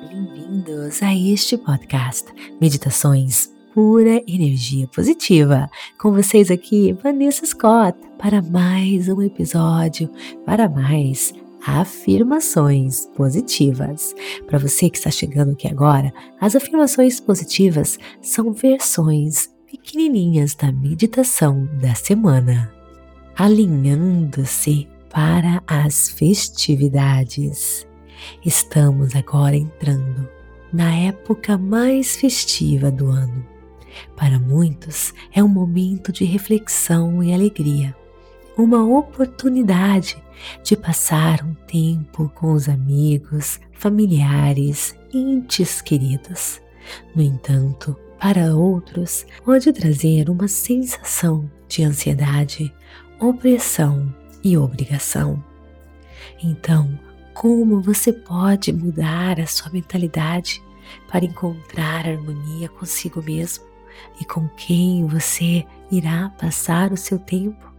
bem-vindos a este podcast Meditações Pura Energia Positiva. Com vocês aqui, Vanessa Scott, para mais um episódio, para mais afirmações positivas. Para você que está chegando aqui agora, as afirmações positivas são versões pequenininhas da meditação da semana, alinhando-se para as festividades. Estamos agora entrando na época mais festiva do ano. Para muitos é um momento de reflexão e alegria, uma oportunidade de passar um tempo com os amigos, familiares, entes queridos. No entanto, para outros pode trazer uma sensação de ansiedade, opressão e obrigação. Então, como você pode mudar a sua mentalidade para encontrar harmonia consigo mesmo e com quem você irá passar o seu tempo?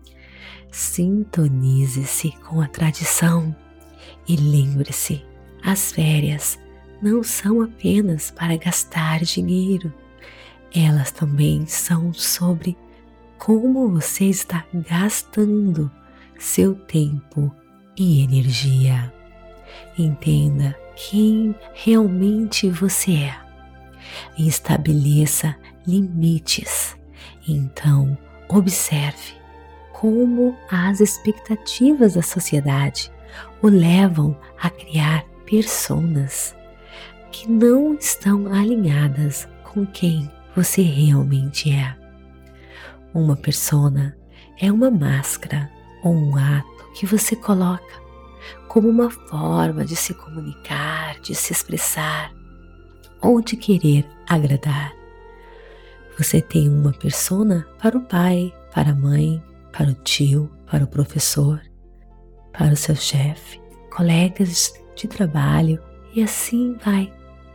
Sintonize-se com a tradição e lembre-se, as férias não são apenas para gastar dinheiro, elas também são sobre como você está gastando seu tempo e energia. Entenda quem realmente você é e estabeleça limites. Então, observe como as expectativas da sociedade o levam a criar personas que não estão alinhadas com quem você realmente é. Uma persona é uma máscara ou um ato que você coloca como uma forma de se comunicar, de se expressar ou de querer agradar. Você tem uma persona para o pai, para a mãe, para o tio, para o professor, para o seu chefe, colegas de trabalho e assim vai.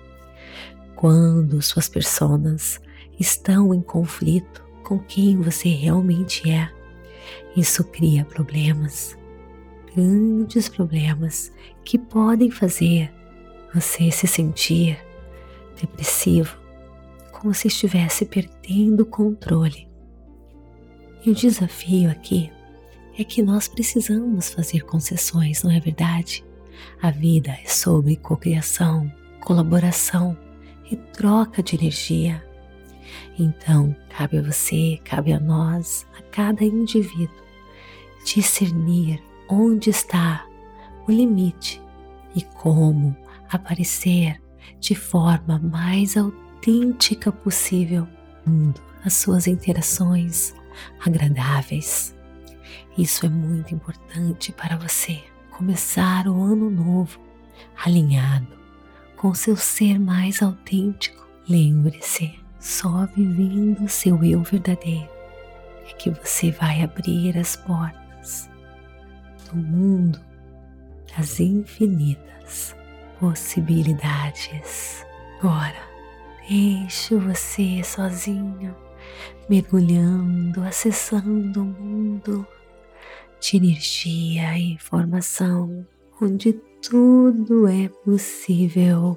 Quando suas personas estão em conflito com quem você realmente é, isso cria problemas, grandes problemas que podem fazer você se sentir depressivo, como se estivesse perdendo o controle. E o desafio aqui é que nós precisamos fazer concessões, não é verdade? A vida é sobre cocriação, colaboração e troca de energia. Então, cabe a você, cabe a nós, a cada indivíduo, discernir onde está o limite e como aparecer de forma mais autêntica possível as suas interações agradáveis. Isso é muito importante para você começar o ano novo alinhado com seu ser mais autêntico. Lembre-se, só vivendo seu eu verdadeiro é que você vai abrir as portas do mundo das infinitas possibilidades. Agora, deixe você sozinho, mergulhando, acessando o mundo de energia e informação, onde tudo é possível.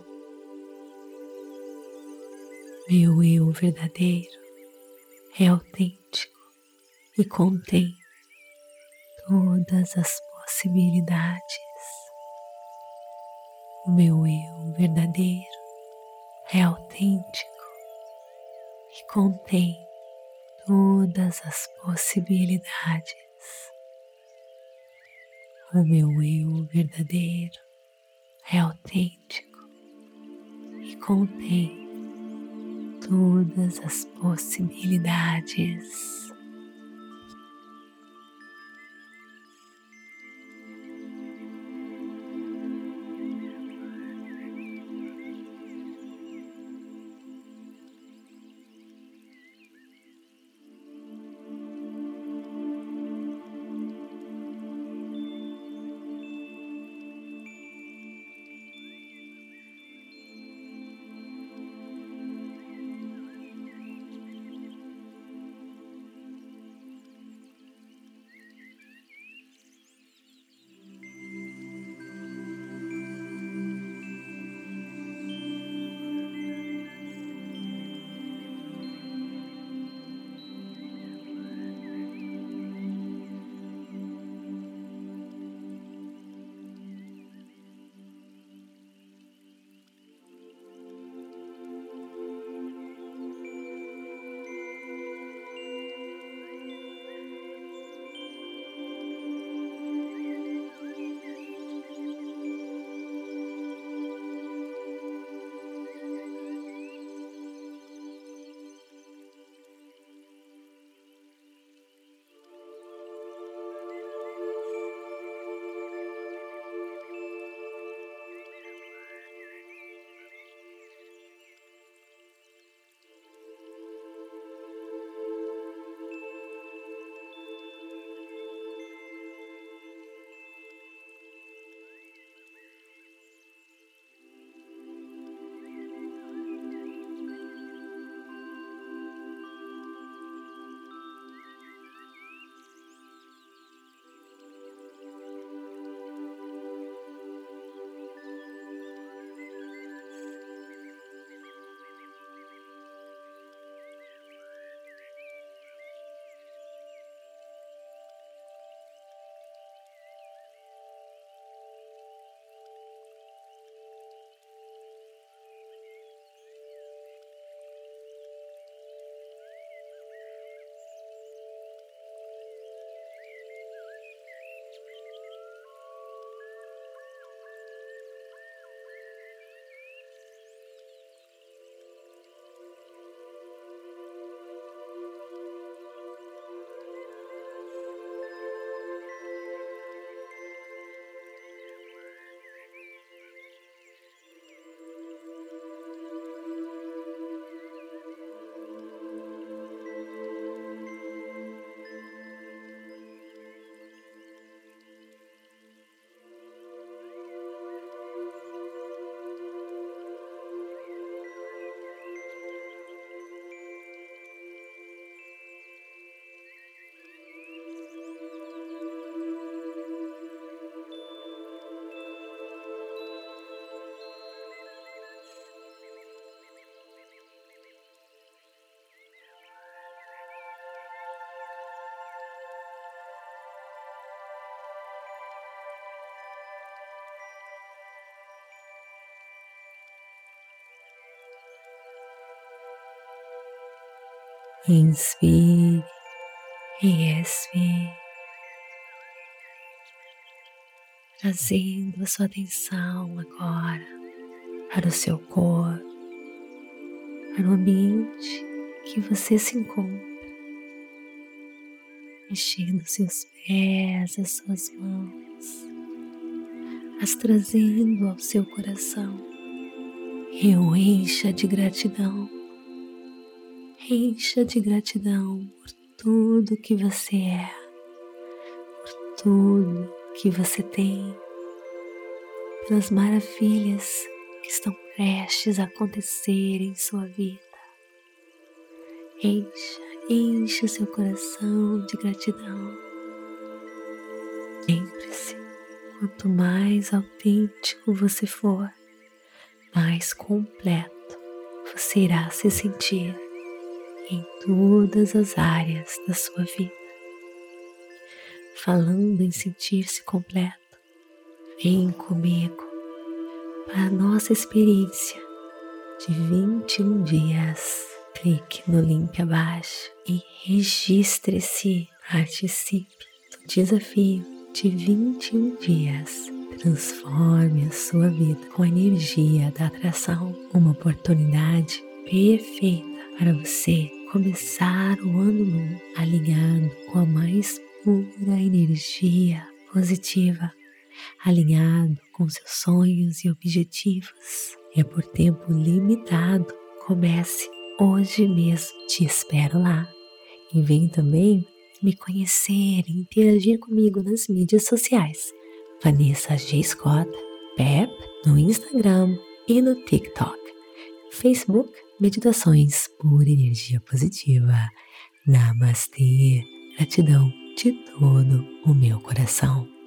Meu eu verdadeiro é autêntico e contém todas as possibilidades. O meu eu verdadeiro é autêntico e contém todas as possibilidades. O meu eu verdadeiro é autêntico e contém todas as possibilidades. Inspire e expire, trazendo a sua atenção agora para o seu corpo, para o ambiente que você se encontra, mexendo seus pés, as suas mãos, as trazendo ao seu coração. E o encha de gratidão por tudo que você é, por tudo que você tem, pelas maravilhas que estão prestes a acontecer em sua vida. Encha seu coração de gratidão. Lembre-se, quanto mais autêntico você for, mais completo você irá se sentir em todas as áreas da sua vida. Falando em sentir-se completo, vem comigo para a nossa experiência de 21 dias. Clique no link abaixo e registre-se. Participe do desafio de 21 dias. Transforme a sua vida com a energia da atração. Uma oportunidade perfeita para você começar o ano novo alinhado com a mais pura energia positiva, alinhado com seus sonhos e objetivos. É por tempo limitado. Comece hoje mesmo. Te espero lá. E vem também me conhecer e interagir comigo nas mídias sociais. Vanessa G. Scott, Pep, no Instagram e no TikTok. Facebook, Meditações por Energia Positiva. Namastê. Gratidão de todo o meu coração.